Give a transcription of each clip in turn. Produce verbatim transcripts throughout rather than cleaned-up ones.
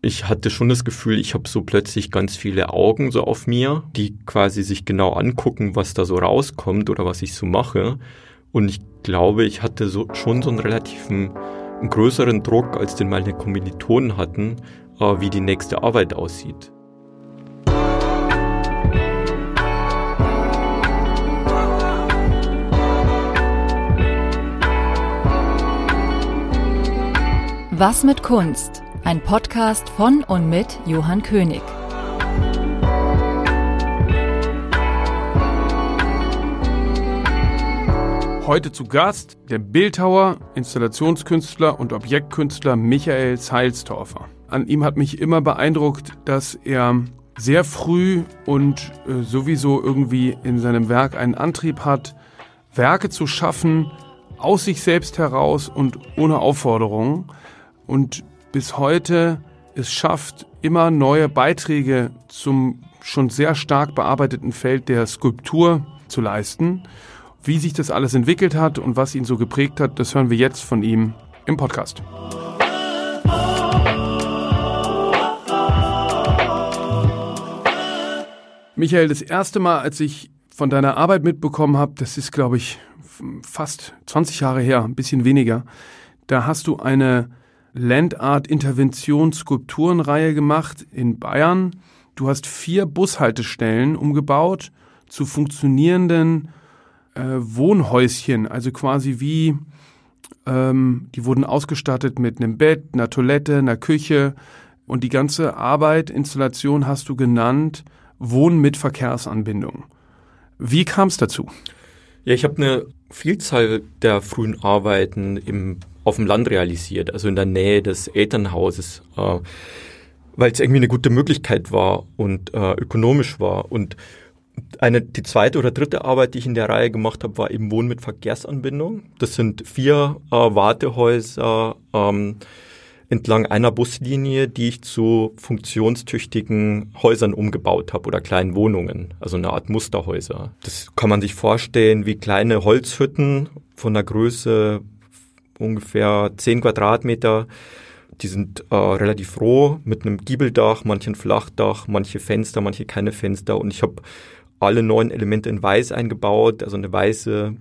Ich hatte schon das Gefühl, ich habe so plötzlich ganz viele Augen so auf mir, die quasi sich genau angucken, was da so rauskommt oder was ich so mache. Und ich glaube, ich hatte so schon so einen relativen einen größeren Druck, als den meine Kommilitonen hatten, äh, wie die nächste Arbeit aussieht. Was mit Kunst? Ein Podcast von und mit Johann König. Heute zu Gast der Bildhauer, Installationskünstler und Objektkünstler Michael Zeilstorfer. An ihm hat mich immer beeindruckt, dass er sehr früh und äh, sowieso irgendwie in seinem Werk einen Antrieb hat, Werke zu schaffen, aus sich selbst heraus und ohne Aufforderung. Und bis heute es schafft, immer neue Beiträge zum schon sehr stark bearbeiteten Feld der Skulptur zu leisten. Wie sich das alles entwickelt hat und was ihn so geprägt hat, das hören wir jetzt von ihm im Podcast. Michael, das erste Mal, als ich von deiner Arbeit mitbekommen habe, das ist, glaube ich, fast zwanzig Jahre her, ein bisschen weniger, da hast du eine Landart-Interventions-Skulpturenreihe gemacht in Bayern. Du hast vier Bushaltestellen umgebaut zu funktionierenden äh, Wohnhäuschen, also quasi wie, ähm, die wurden ausgestattet mit einem Bett, einer Toilette, einer Küche und die ganze Arbeit, Installation hast du genannt, Wohnen mit Verkehrsanbindung. Wie kam es dazu? Ja, ich habe eine Vielzahl der frühen Arbeiten im auf dem Land realisiert, also in der Nähe des Elternhauses, äh, weil es irgendwie eine gute Möglichkeit war und äh, ökonomisch war. Und eine, die zweite oder dritte Arbeit, die ich in der Reihe gemacht habe, war eben Wohnen mit Verkehrsanbindung. Das sind vier äh, Wartehäuser ähm, entlang einer Buslinie, die ich zu funktionstüchtigen Häusern umgebaut habe oder kleinen Wohnungen, also eine Art Musterhäuser. Das kann man sich vorstellen wie kleine Holzhütten von der Größe ungefähr zehn Quadratmeter. Die sind äh, relativ roh mit einem Giebeldach, manche ein Flachdach, manche Fenster, manche keine Fenster. Und ich habe alle neun Elemente in weiß eingebaut, also eine weiße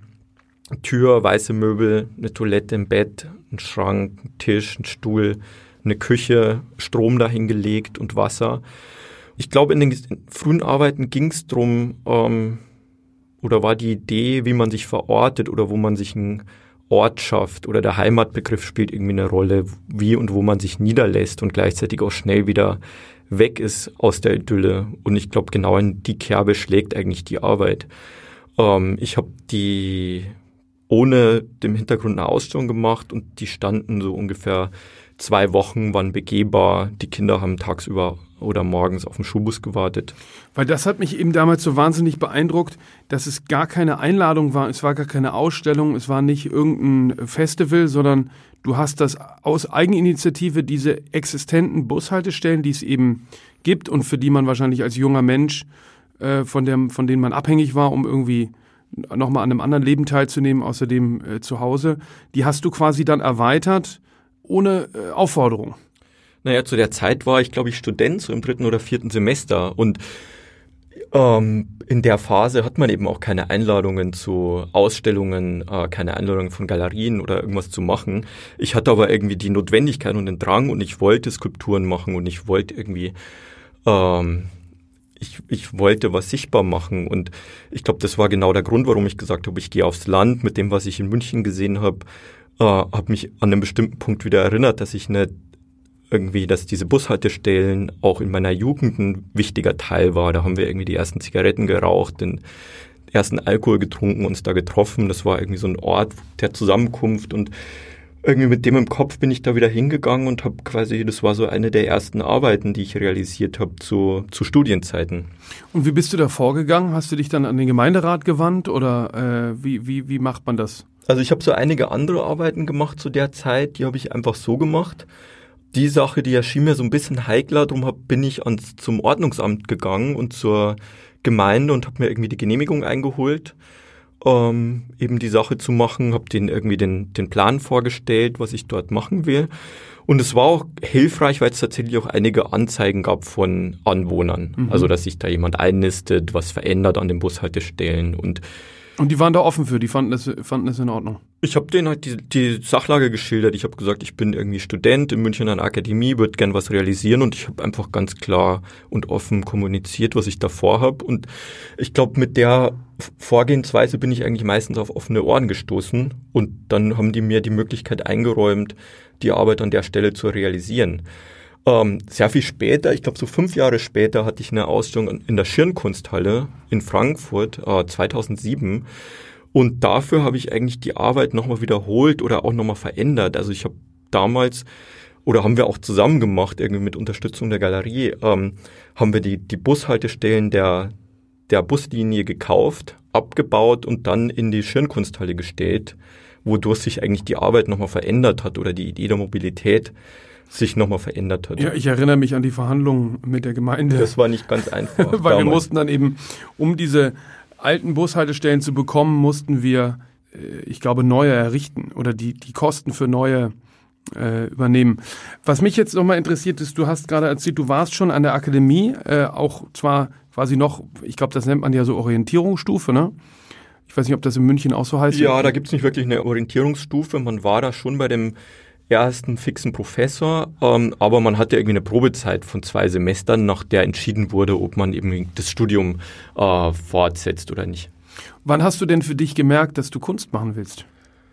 Tür, weiße Möbel, eine Toilette, ein Bett, ein Schrank, ein Tisch, ein Stuhl, eine Küche, Strom dahingelegt und Wasser. Ich glaube, in den frühen Arbeiten ging es darum, ähm, oder war die Idee, wie man sich verortet oder wo man sich ein Ort schafft oder der Heimatbegriff spielt irgendwie eine Rolle, wie und wo man sich niederlässt und gleichzeitig auch schnell wieder weg ist aus der Idylle. Und ich glaube, genau in die Kerbe schlägt eigentlich die Arbeit. Ähm, ich habe die ohne dem Hintergrund eine Ausstellung gemacht und die standen so ungefähr zwei Wochen, waren begehbar. Die Kinder haben tagsüber oder morgens auf dem Schulbus gewartet. Weil das hat mich eben damals so wahnsinnig beeindruckt, dass es gar keine Einladung war, es war gar keine Ausstellung, es war nicht irgendein Festival, sondern du hast das aus Eigeninitiative, diese existenten Bushaltestellen, die es eben gibt und für die man wahrscheinlich als junger Mensch, äh, von, dem, von denen man abhängig war, um irgendwie nochmal an einem anderen Leben teilzunehmen, außer dem äh, zu Hause, die hast du quasi dann erweitert, ohne äh, Aufforderung. Naja, zu der Zeit war ich, glaube ich, Student, so im dritten oder vierten Semester. Und ähm, in der Phase hat man eben auch keine Einladungen zu Ausstellungen, äh, keine Einladungen von Galerien oder irgendwas zu machen. Ich hatte aber irgendwie die Notwendigkeit und den Drang und ich wollte Skulpturen machen und ich wollte irgendwie, ähm, ich, ich wollte was sichtbar machen. Und ich glaube, das war genau der Grund, warum ich gesagt habe, ich gehe aufs Land mit dem, was ich in München gesehen habe. Äh, habe mich an einem bestimmten Punkt wieder erinnert, dass ich eine irgendwie, dass diese Bushaltestellen auch in meiner Jugend ein wichtiger Teil war. Da haben wir irgendwie die ersten Zigaretten geraucht, den ersten Alkohol getrunken, uns da getroffen. Das war irgendwie so ein Ort der Zusammenkunft und irgendwie mit dem im Kopf bin ich da wieder hingegangen und habe quasi, das war so eine der ersten Arbeiten, die ich realisiert habe zu, zu Studienzeiten. Und wie bist du da vorgegangen? Hast du dich dann an den Gemeinderat gewandt oder äh, wie, wie, wie macht man das? Also ich habe so einige andere Arbeiten gemacht zu der Zeit, die habe ich einfach so gemacht. Die Sache, die erschien mir so ein bisschen heikler, darum hab, bin ich ans, zum Ordnungsamt gegangen und zur Gemeinde und habe mir irgendwie die Genehmigung eingeholt, ähm, eben die Sache zu machen, habe denen irgendwie den, den Plan vorgestellt, was ich dort machen will. Und es war auch hilfreich, weil es tatsächlich auch einige Anzeigen gab von Anwohnern. Mhm. Also, dass sich da jemand einnistet, was verändert an den Bushaltestellen. Und, und die waren da offen für, die fanden es, fanden es in Ordnung? Ich habe denen halt die, die Sachlage geschildert. Ich habe gesagt, ich bin irgendwie Student in München an der Akademie, würde gern was realisieren. Und ich habe einfach ganz klar und offen kommuniziert, was ich da vorhabe. Und ich glaube, mit der Vorgehensweise bin ich eigentlich meistens auf offene Ohren gestoßen. Und dann haben die mir die Möglichkeit eingeräumt, die Arbeit an der Stelle zu realisieren. Ähm, sehr viel später, ich glaube so fünf Jahre später, hatte ich eine Ausstellung in der Schirnkunsthalle in Frankfurt, äh, zweitausendsieben. Und dafür habe ich eigentlich die Arbeit nochmal wiederholt oder auch nochmal verändert. Also ich habe damals, oder haben wir auch zusammen gemacht, irgendwie mit Unterstützung der Galerie, ähm, haben wir die, die Bushaltestellen der, der Buslinie gekauft, abgebaut und dann in die Schirnkunsthalle gestellt, wodurch sich eigentlich die Arbeit nochmal verändert hat oder die Idee der Mobilität sich nochmal verändert hat. Ja, ich erinnere mich an die Verhandlungen mit der Gemeinde. Das war nicht ganz einfach. Weil damals. Wir mussten dann eben, um diese alten Bushaltestellen zu bekommen, mussten wir, ich glaube, neue errichten oder die, die Kosten für neue äh, übernehmen. Was mich jetzt nochmal interessiert ist, du hast gerade erzählt, du warst schon an der Akademie, äh, auch zwar quasi noch, ich glaube, das nennt man ja so Orientierungsstufe, ne? Ich weiß nicht, ob das in München auch so heißt. Ja, da gibt's nicht wirklich eine Orientierungsstufe. Man war da schon bei dem ersten fixen Professor, ähm, aber man hatte irgendwie eine Probezeit von zwei Semestern, nach der entschieden wurde, ob man eben das Studium äh, fortsetzt oder nicht. Wann hast du denn für dich gemerkt, dass du Kunst machen willst?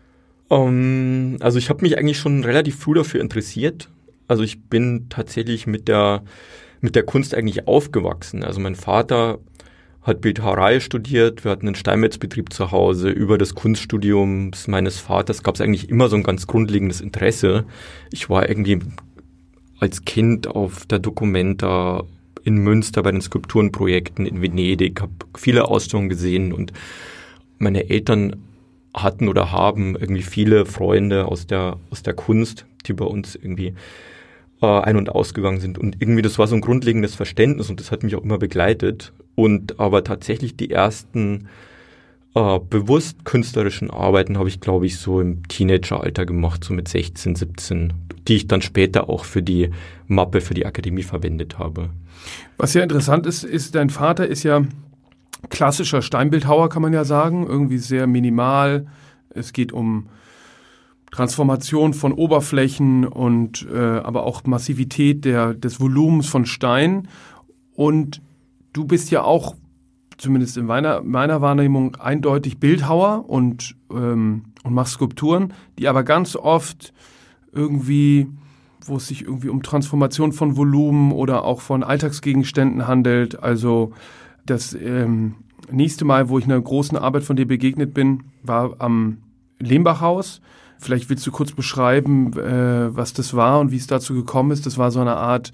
Ähm, also ich habe mich eigentlich schon relativ früh dafür interessiert. Also ich bin tatsächlich mit der mit der Kunst eigentlich aufgewachsen. Also mein Vater hat Bildhauerei studiert, wir hatten einen Steinmetzbetrieb zu Hause. Über das Kunststudium meines Vaters gab es eigentlich immer so ein ganz grundlegendes Interesse. Ich war irgendwie als Kind auf der Documenta in Münster bei den Skulpturenprojekten in Venedig, habe viele Ausstellungen gesehen und meine Eltern hatten oder haben irgendwie viele Freunde aus der aus der Kunst, die bei uns irgendwie äh, ein- und ausgegangen sind. Und irgendwie das war so ein grundlegendes Verständnis und das hat mich auch immer begleitet. Und aber tatsächlich die ersten äh, bewusst künstlerischen Arbeiten habe ich, glaube ich, so im Teenageralter gemacht, so mit sechzehn, siebzehn, die ich dann später auch für die Mappe für die Akademie verwendet habe. Was ja interessant ist, ist, dein Vater ist ja klassischer Steinbildhauer, kann man ja sagen, irgendwie sehr minimal. Es geht um Transformation von Oberflächen und äh, aber auch Massivität der, des Volumens von Stein. Und du bist ja auch, zumindest in meiner, meiner Wahrnehmung, eindeutig Bildhauer und, ähm, und machst Skulpturen, die aber ganz oft irgendwie, wo es sich irgendwie um Transformation von Volumen oder auch von Alltagsgegenständen handelt. Also das ähm, nächste Mal, wo ich einer großen Arbeit von dir begegnet bin, war am Lehmbachhaus. Vielleicht willst du kurz beschreiben, äh, was das war und wie es dazu gekommen ist. Das war so eine Art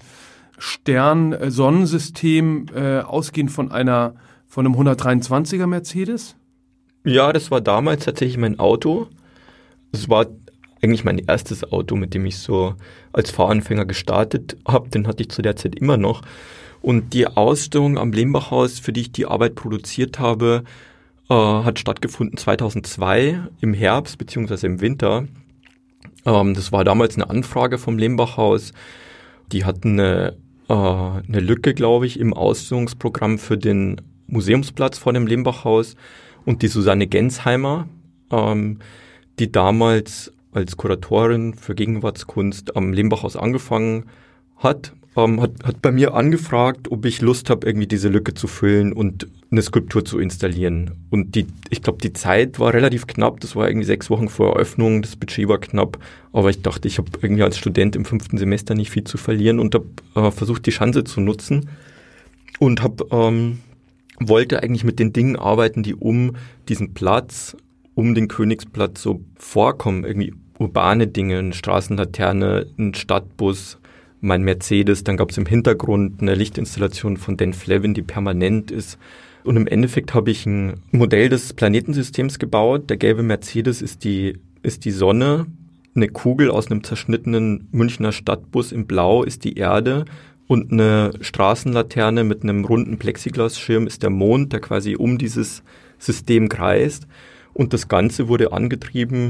Stern-Sonnensystem, äh, ausgehend von einer von einem hundertdreiundzwanziger Mercedes? Ja, das war damals tatsächlich mein Auto. Es war eigentlich mein erstes Auto, mit dem ich so als Fahranfänger gestartet habe. Den hatte ich zu der Zeit immer noch. Und die Ausstellung am Lehmbachhaus, für die ich die Arbeit produziert habe, äh, hat stattgefunden zweitausendzwei im Herbst beziehungsweise im Winter. Ähm, das war damals eine Anfrage vom Lehmbachhaus. Die hatten eine, äh, eine Lücke, glaube ich, im Ausstellungsprogramm für den Museumsplatz vor dem Lehmbachhaus. Und die Susanne Gensheimer, ähm, die damals als Kuratorin für Gegenwartskunst am Lehmbachhaus angefangen hat, ähm, hat, hat bei mir angefragt, ob ich Lust habe, irgendwie diese Lücke zu füllen und eine Skulptur zu installieren. Und die, ich glaube, die Zeit war relativ knapp. Das war irgendwie sechs Wochen vor Eröffnung. Das Budget war knapp. Aber ich dachte, ich habe irgendwie als Student im fünften Semester nicht viel zu verlieren und habe äh, versucht, die Chance zu nutzen und habe ähm, wollte eigentlich mit den Dingen arbeiten, die um diesen Platz, um den Königsplatz so vorkommen. Irgendwie urbane Dinge, eine Straßenlaterne, ein Stadtbus, mein Mercedes. Dann gab es im Hintergrund eine Lichtinstallation von Dan Flevin, die permanent ist. Und im Endeffekt habe ich ein Modell des Planetensystems gebaut. Der gelbe Mercedes ist die, ist die Sonne. Eine Kugel aus einem zerschnittenen Münchner Stadtbus in Blau ist die Erde. Und eine Straßenlaterne mit einem runden Plexiglasschirm ist der Mond, der quasi um dieses System kreist. Und das Ganze wurde angetrieben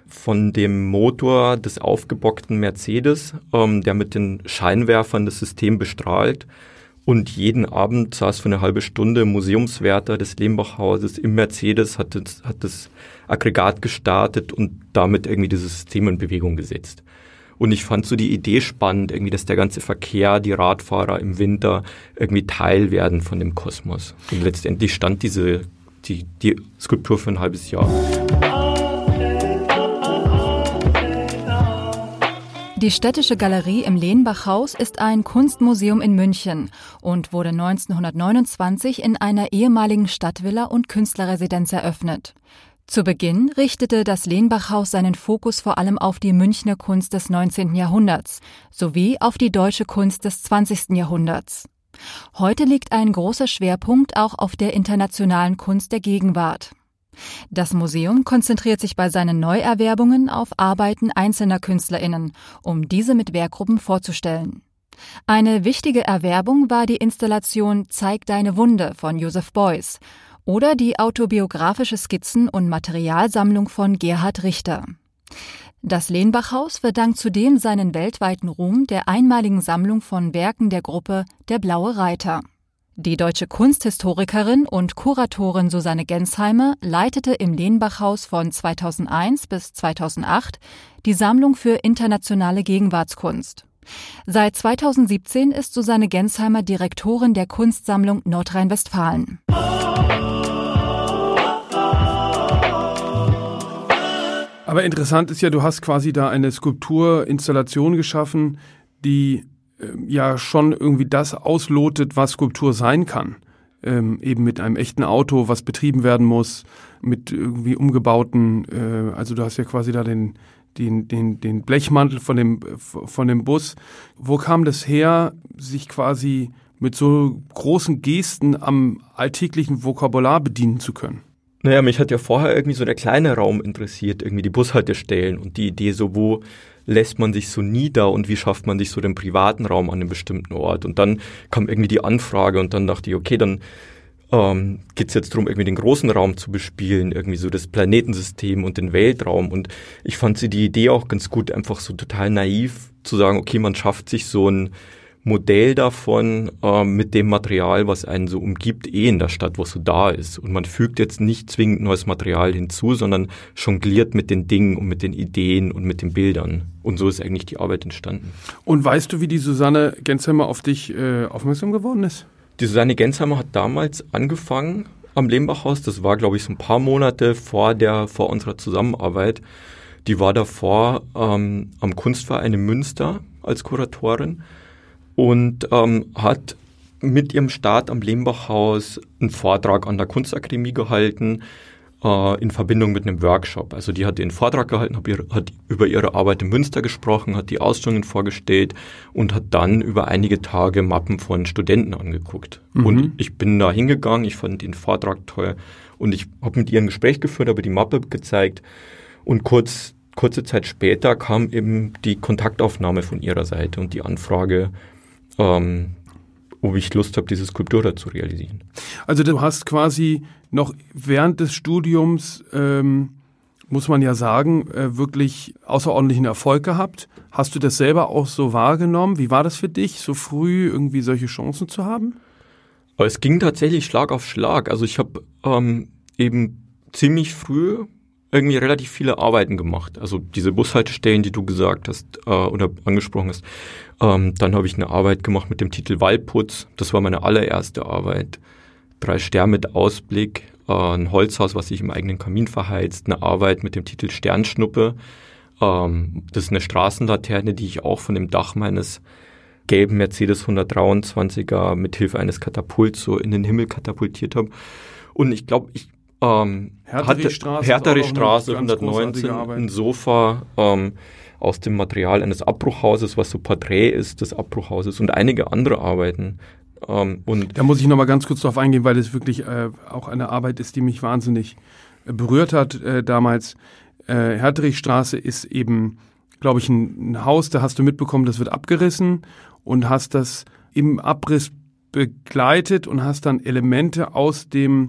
von dem Motor des aufgebockten Mercedes, ähm, der mit den Scheinwerfern das System bestrahlt. Und jeden Abend saß für eine halbe Stunde Museumswärter des Lehmbach-Hauses im Mercedes, hat das, hat das Aggregat gestartet und damit irgendwie dieses System in Bewegung gesetzt. Und ich fand so die Idee spannend, irgendwie, dass der ganze Verkehr, die Radfahrer im Winter irgendwie Teil werden von dem Kosmos. Und letztendlich stand diese die, die Skulptur für ein halbes Jahr. Die Städtische Galerie im Lehnbach-Haus ist ein Kunstmuseum in München und wurde neunzehnhundertneunundzwanzig in einer ehemaligen Stadtvilla und Künstlerresidenz eröffnet. Zu Beginn richtete das Lehnbach-Haus seinen Fokus vor allem auf die Münchner Kunst des neunzehnten Jahrhunderts sowie auf die deutsche Kunst des zwanzigsten Jahrhunderts. Heute liegt ein großer Schwerpunkt auch auf der internationalen Kunst der Gegenwart. Das Museum konzentriert sich bei seinen Neuerwerbungen auf Arbeiten einzelner KünstlerInnen, um diese mit Werkgruppen vorzustellen. Eine wichtige Erwerbung war die Installation Zeig deine Wunde von Joseph Beuys oder die autobiografische Skizzen- und Materialsammlung von Gerhard Richter. Das Lehnbach-Haus verdankt zudem seinen weltweiten Ruhm der einmaligen Sammlung von Werken der Gruppe Der Blaue Reiter. Die deutsche Kunsthistorikerin und Kuratorin Susanne Gensheimer leitete im Lehnbach-Haus von zweitausendeins bis zweitausendacht die Sammlung für internationale Gegenwartskunst. Seit zweitausendsiebzehn ist Susanne Gensheimer Direktorin der Kunstsammlung Nordrhein-Westfalen. Aber interessant ist ja, du hast quasi da eine Skulpturinstallation geschaffen, die ja schon irgendwie das auslotet, was Skulptur sein kann. Ähm, eben mit einem echten Auto, was betrieben werden muss, mit irgendwie umgebauten, äh, also du hast ja quasi da den, den, den, den Blechmantel von dem, von dem Bus. Wo kam das her, sich quasi mit so großen Gesten am alltäglichen Vokabular bedienen zu können? Naja, mich hat ja vorher irgendwie so der kleine Raum interessiert, irgendwie die Bushaltestellen und die Idee so, wo lässt man sich so nieder und wie schafft man sich so den privaten Raum an einem bestimmten Ort. Und dann kam irgendwie die Anfrage und dann dachte ich, okay, dann ähm, geht es jetzt darum, irgendwie den großen Raum zu bespielen, irgendwie so das Planetensystem und den Weltraum. Und ich fand sie die Idee auch ganz gut, einfach so total naiv zu sagen, okay, man schafft sich so ein Modell davon äh, mit dem Material, was einen so umgibt, eh in der Stadt, wo es so da ist. Und man fügt jetzt nicht zwingend neues Material hinzu, sondern jongliert mit den Dingen und mit den Ideen und mit den Bildern. Und so ist eigentlich die Arbeit entstanden. Und weißt du, wie die Susanne Gensheimer auf dich äh, aufmerksam geworden ist? Die Susanne Gensheimer hat damals angefangen am Lehnbach-Haus. Das war, glaube ich, so ein paar Monate vor der vor unserer Zusammenarbeit. Die war davor ähm, am Kunstverein in Münster als Kuratorin. Und ähm, hat mit ihrem Start am Lehnbach-Haus einen Vortrag an der Kunstakademie gehalten, äh, in Verbindung mit einem Workshop. Also die hat den Vortrag gehalten, hat, ihre, hat über ihre Arbeit in Münster gesprochen, hat die Ausstellungen vorgestellt und hat dann über einige Tage Mappen von Studenten angeguckt. Mhm. Und ich bin da hingegangen, ich fand den Vortrag toll und ich habe mit ihr ein Gespräch geführt, habe die Mappe gezeigt und kurz, kurze Zeit später kam eben die Kontaktaufnahme von ihrer Seite und die Anfrage, Ähm, ob ich Lust habe, diese Skulptur da zu realisieren. Also du hast quasi noch während des Studiums, ähm, muss man ja sagen, äh, wirklich außerordentlichen Erfolg gehabt. Hast du das selber auch so wahrgenommen? Wie war das für dich, so früh irgendwie solche Chancen zu haben? Aber es ging tatsächlich Schlag auf Schlag. Also ich habe ähm, eben ziemlich früh irgendwie relativ viele Arbeiten gemacht. Also diese Bushaltestellen, die du gesagt hast äh, oder angesprochen hast. Ähm, dann habe ich eine Arbeit gemacht mit dem Titel Waldputz. Das war meine allererste Arbeit. Drei Sterne mit Ausblick, äh, ein Holzhaus, was sich im eigenen Kamin verheizt. Eine Arbeit mit dem Titel Sternschnuppe. Ähm, das ist eine Straßenlaterne, die ich auch von dem Dach meines gelben Mercedes hundertdreiundzwanziger mit Hilfe eines Katapults so in den Himmel katapultiert habe. Und ich glaube, ich Ähm, Herterichstraße, Herterichstraße hundertneunzehn, ein Sofa ähm, aus dem Material eines Abbruchhauses, was so Porträt ist des Abbruchhauses und einige andere Arbeiten. Ähm, und da muss ich noch mal ganz kurz drauf eingehen, weil das wirklich äh, auch eine Arbeit ist, die mich wahnsinnig äh, berührt hat äh, damals. Äh, Herterichstraße ist eben, glaube ich, ein, ein Haus, da hast du mitbekommen, das wird abgerissen und hast das im Abriss begleitet und hast dann Elemente aus dem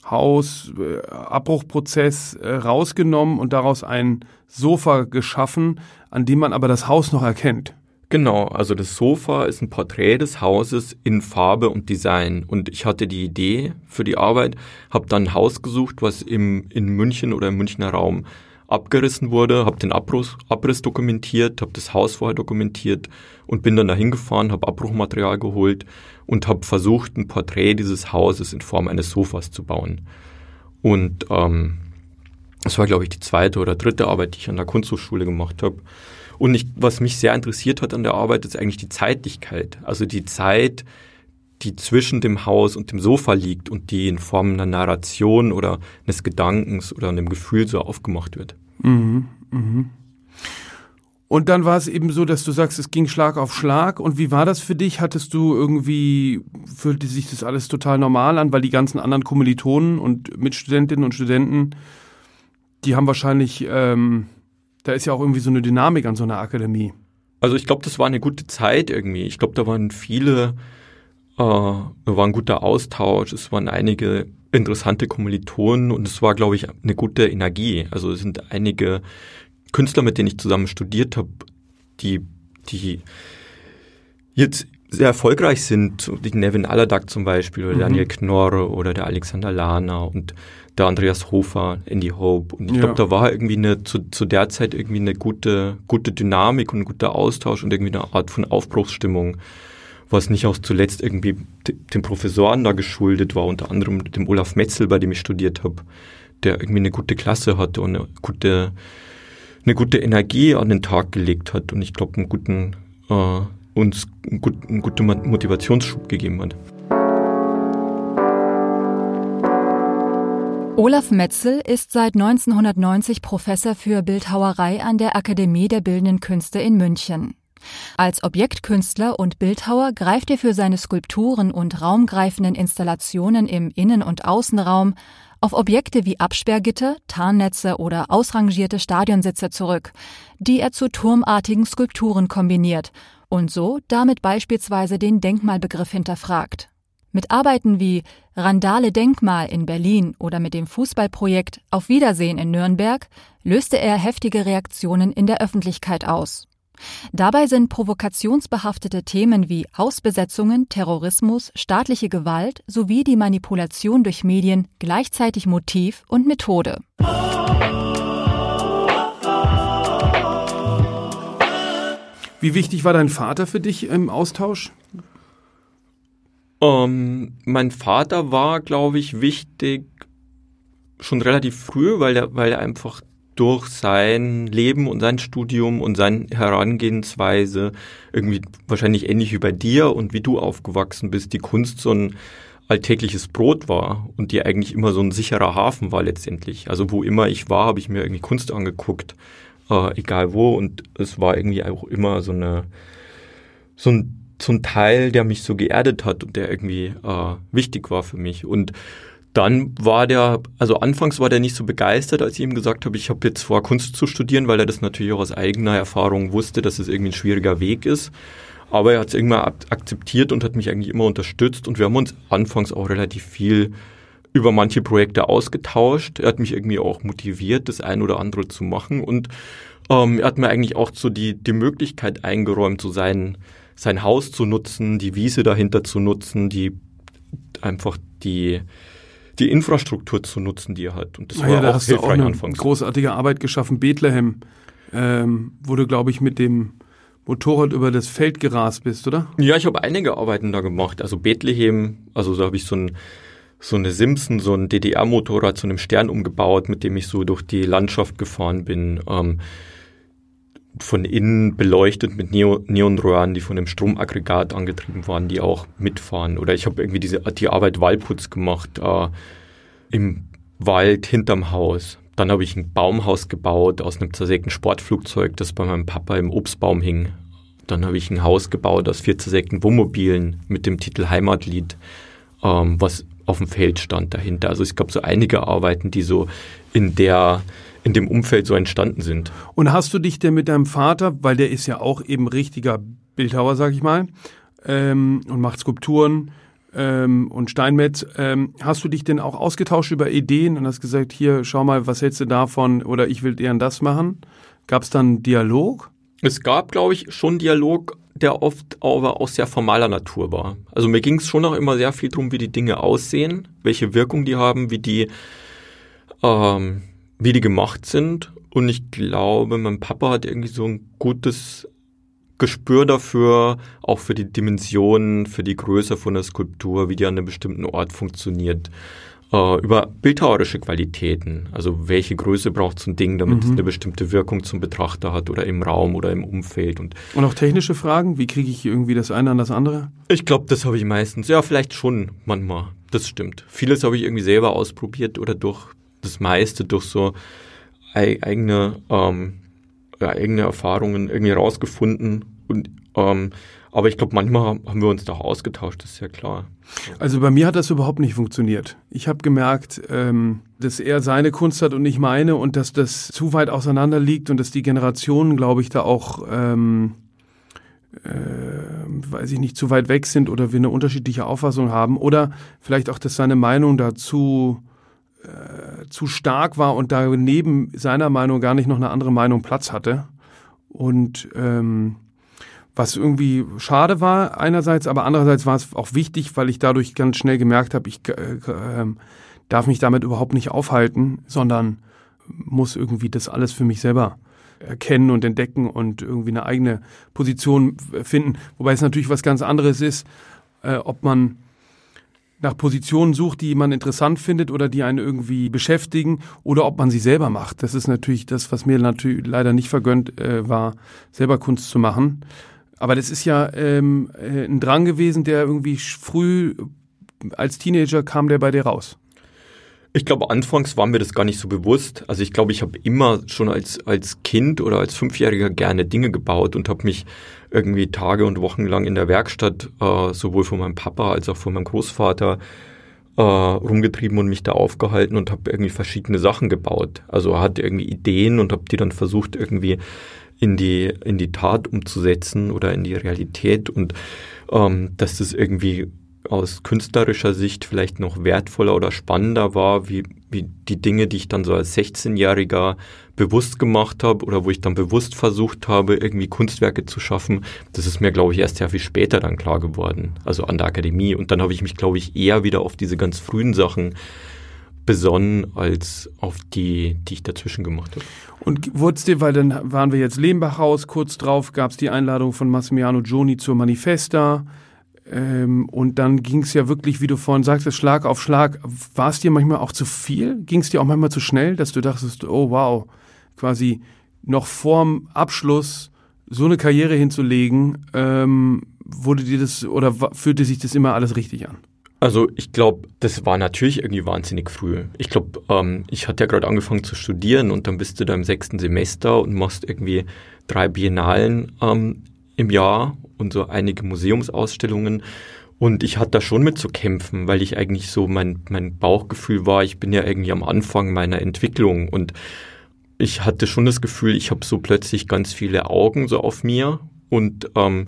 Haus, äh, Abbruchprozess äh, rausgenommen und daraus ein Sofa geschaffen, an dem man aber das Haus noch erkennt. Genau, also das Sofa ist ein Porträt des Hauses in Farbe und Design. Und ich hatte die Idee für die Arbeit, habe dann ein Haus gesucht, was im, in München oder im Münchner Raum abgerissen wurde, habe den Abriss, Abriss dokumentiert, habe das Haus vorher dokumentiert und bin dann dahin gefahren, habe Abbruchmaterial geholt und habe versucht, ein Porträt dieses Hauses in Form eines Sofas zu bauen. Und ähm, das war, glaube ich, die zweite oder dritte Arbeit, die ich an der Kunsthochschule gemacht habe. Und ich, was mich sehr interessiert hat an der Arbeit, ist eigentlich die Zeitlichkeit. Also die Zeit, die zwischen dem Haus und dem Sofa liegt und die in Form einer Narration oder eines Gedankens oder einem Gefühl so aufgemacht wird. Mhm, mhm. Und dann war es eben so, dass du sagst, es ging Schlag auf Schlag. Und wie war das für dich? Hattest du irgendwie, fühlte sich das alles total normal an? Weil die ganzen anderen Kommilitonen und Mitstudentinnen und Studenten, die haben wahrscheinlich... Ähm Da ist ja auch irgendwie so eine Dynamik an so einer Akademie. Also ich glaube, das war eine gute Zeit irgendwie. Ich glaube, da waren viele, äh, da war ein guter Austausch, es waren einige interessante Kommilitonen und es war, glaube ich, eine gute Energie. Also es sind einige Künstler, mit denen ich zusammen studiert habe, die, die jetzt sehr erfolgreich sind, die Nevin Aladak zum Beispiel oder mhm. Daniel Knorre oder der Alexander Lahner und der Andreas Hofer, Andy Hope. Und ich ja. glaube, da war irgendwie eine, zu, zu der Zeit irgendwie eine gute, gute Dynamik und ein guter Austausch und irgendwie eine Art von Aufbruchsstimmung, was nicht auch zuletzt irgendwie den Professoren da geschuldet war, unter anderem dem Olaf Metzel, bei dem ich studiert habe, der irgendwie eine gute Klasse hatte und eine gute, eine gute Energie an den Tag gelegt hat und ich glaube, einen guten, äh, uns einen guten, einen guten Motivationsschub gegeben hat. Olaf Metzel ist seit neunzehnhundertneunzig Professor für Bildhauerei an der Akademie der Bildenden Künste in München. Als Objektkünstler und Bildhauer greift er für seine Skulpturen und raumgreifenden Installationen im Innen- und Außenraum auf Objekte wie Absperrgitter, Tarnnetze oder ausrangierte Stadionsitze zurück, die er zu turmartigen Skulpturen kombiniert und so damit beispielsweise den Denkmalbegriff hinterfragt. Mit Arbeiten wie Randale Denkmal in Berlin oder mit dem Fußballprojekt Auf Wiedersehen in Nürnberg löste er heftige Reaktionen in der Öffentlichkeit aus. Dabei sind provokationsbehaftete Themen wie Hausbesetzungen, Terrorismus, staatliche Gewalt sowie die Manipulation durch Medien gleichzeitig Motiv und Methode. Wie wichtig war dein Vater für dich im Austausch? Um, mein Vater war, glaube ich, wichtig schon relativ früh, weil er, weil er einfach durch sein Leben und sein Studium und seine Herangehensweise irgendwie wahrscheinlich ähnlich wie bei dir und wie du aufgewachsen bist, die Kunst so ein alltägliches Brot war und die eigentlich immer so ein sicherer Hafen war letztendlich. Also wo immer ich war, habe ich mir irgendwie Kunst angeguckt, äh, egal wo, und es war irgendwie auch immer so eine so ein so ein Teil, der mich so geerdet hat und der irgendwie äh, wichtig war für mich. Und dann war der, also anfangs war der nicht so begeistert, als ich ihm gesagt habe, ich habe jetzt vor, Kunst zu studieren, weil er das natürlich auch aus eigener Erfahrung wusste, dass es irgendwie ein schwieriger Weg ist. Aber er hat es irgendwann akzeptiert und hat mich eigentlich immer unterstützt. Und wir haben uns anfangs auch relativ viel über manche Projekte ausgetauscht. Er hat mich irgendwie auch motiviert, das ein oder andere zu machen. Und ähm, er hat mir eigentlich auch so die, die Möglichkeit eingeräumt, so sein sein Haus zu nutzen, die Wiese dahinter zu nutzen, die einfach die, die Infrastruktur zu nutzen, die er hat. Und das war ja, da auch hast hilfreich du auch anfangs. Eine großartige Arbeit geschaffen, Bethlehem, ähm, wo du, glaube ich, mit dem Motorrad über das Feld gerast bist, oder? Ja, ich habe einige Arbeiten da gemacht. Also Bethlehem, also da habe ich so ein so eine Simpson, so ein D D R-Motorrad zu einem Stern umgebaut, mit dem ich so durch die Landschaft gefahren bin. Ähm, von innen beleuchtet mit Neo- Neonröhren, die von einem Stromaggregat angetrieben waren, die auch mitfahren. Oder ich habe irgendwie diese die Arbeit Waldputz gemacht äh, im Wald hinterm Haus. Dann habe ich ein Baumhaus gebaut aus einem zersägten Sportflugzeug, das bei meinem Papa im Obstbaum hing. Dann habe ich ein Haus gebaut aus vier zersägten Wohnmobilen mit dem Titel Heimatlied, ähm, was auf dem Feld stand dahinter. Also es gab so einige Arbeiten, die so in der in dem Umfeld so entstanden sind. Und hast du dich denn mit deinem Vater, weil der ist ja auch eben richtiger Bildhauer, sag ich mal, ähm, und macht Skulpturen, ähm, und Steinmetz. Ähm, hast du dich denn auch ausgetauscht über Ideen und hast gesagt, hier, schau mal, was hältst du davon oder ich will eher das machen? Gab es dann einen Dialog? Es gab, glaube ich, schon Dialog, der oft aber auch sehr formaler Natur war. Also mir ging es schon auch immer sehr viel darum, wie die Dinge aussehen, welche Wirkung die haben, wie die, ähm, wie die gemacht sind. Und ich glaube, mein Papa hat irgendwie so ein gutes Gespür dafür, auch für die Dimensionen, für die Größe von der Skulptur, wie die an einem bestimmten Ort funktioniert. Äh, über bildhauerische Qualitäten, also welche Größe braucht so ein Ding, damit mhm. es eine bestimmte Wirkung zum Betrachter hat oder im Raum oder im Umfeld. Und, und auch technische Fragen, wie kriege ich irgendwie das eine an das andere? Ich glaube, das habe ich meistens, ja vielleicht schon manchmal, das stimmt. Vieles habe ich irgendwie selber ausprobiert oder durch das meiste, durch so eigene, ähm, ja, eigene Erfahrungen irgendwie rausgefunden. Und, ähm, aber ich glaube, manchmal haben wir uns da auch ausgetauscht, das ist ja klar. Also bei mir hat das überhaupt nicht funktioniert. Ich habe gemerkt, ähm, dass er seine Kunst hat und nicht meine und dass das zu weit auseinander liegt und dass die Generationen, glaube ich, da auch, ähm, äh, weiß ich nicht, zu weit weg sind oder wir eine unterschiedliche Auffassung haben oder vielleicht auch, dass seine Meinung dazu äh, zu stark war und da neben seiner Meinung gar nicht noch eine andere Meinung Platz hatte. Und ähm, was irgendwie schade war einerseits, aber andererseits war es auch wichtig, weil ich dadurch ganz schnell gemerkt habe, ich äh, äh, darf mich damit überhaupt nicht aufhalten, sondern muss irgendwie das alles für mich selber erkennen und entdecken und irgendwie eine eigene Position finden. Wobei es natürlich was ganz anderes ist, äh, ob man nach Positionen sucht, die man interessant findet oder die einen irgendwie beschäftigen oder ob man sie selber macht. Das ist natürlich das, was mir natürlich leider nicht vergönnt äh, war, selber Kunst zu machen. Aber das ist ja ähm, ein Drang gewesen, der irgendwie früh als Teenager kam der bei dir raus. Ich glaube, anfangs war mir das gar nicht so bewusst. Also ich glaube, ich habe immer schon als als Kind oder als Fünfjähriger gerne Dinge gebaut und habe mich irgendwie Tage und Wochen lang in der Werkstatt äh, sowohl von meinem Papa als auch von meinem Großvater äh, rumgetrieben und mich da aufgehalten und habe irgendwie verschiedene Sachen gebaut. Also hatte irgendwie Ideen und habe die dann versucht irgendwie in die in die Tat umzusetzen oder in die Realität und ähm, dass das irgendwie aus künstlerischer Sicht vielleicht noch wertvoller oder spannender war, wie, wie die Dinge, die ich dann so als sechzehnjähriger bewusst gemacht habe oder wo ich dann bewusst versucht habe, irgendwie Kunstwerke zu schaffen. Das ist mir, glaube ich, erst sehr viel später dann klar geworden, also an der Akademie. Und dann habe ich mich, glaube ich, eher wieder auf diese ganz frühen Sachen besonnen, als auf die, die ich dazwischen gemacht habe. Und wurd's dir, weil dann waren wir jetzt Lehmbachhaus, kurz drauf gab es die Einladung von Massimiliano Gioni zur Manifesta. Ähm, und dann ging es ja wirklich, wie du vorhin sagtest, Schlag auf Schlag. War es dir manchmal auch zu viel? Ging es dir auch manchmal zu schnell, dass du dachtest, oh wow, quasi noch vorm Abschluss so eine Karriere hinzulegen, ähm, wurde dir das oder fühlte sich das immer alles richtig an? Also ich glaube, das war natürlich irgendwie wahnsinnig früh. Ich glaube, ähm, ich hatte ja gerade angefangen zu studieren und dann bist du da im sechsten Semester und machst irgendwie drei Biennalen ähm, im Jahr und so einige Museumsausstellungen. Und ich hatte da schon mit zu kämpfen, weil ich eigentlich so, mein, mein Bauchgefühl war, ich bin ja irgendwie am Anfang meiner Entwicklung. Und ich hatte schon das Gefühl, ich habe so plötzlich ganz viele Augen so auf mir und ähm,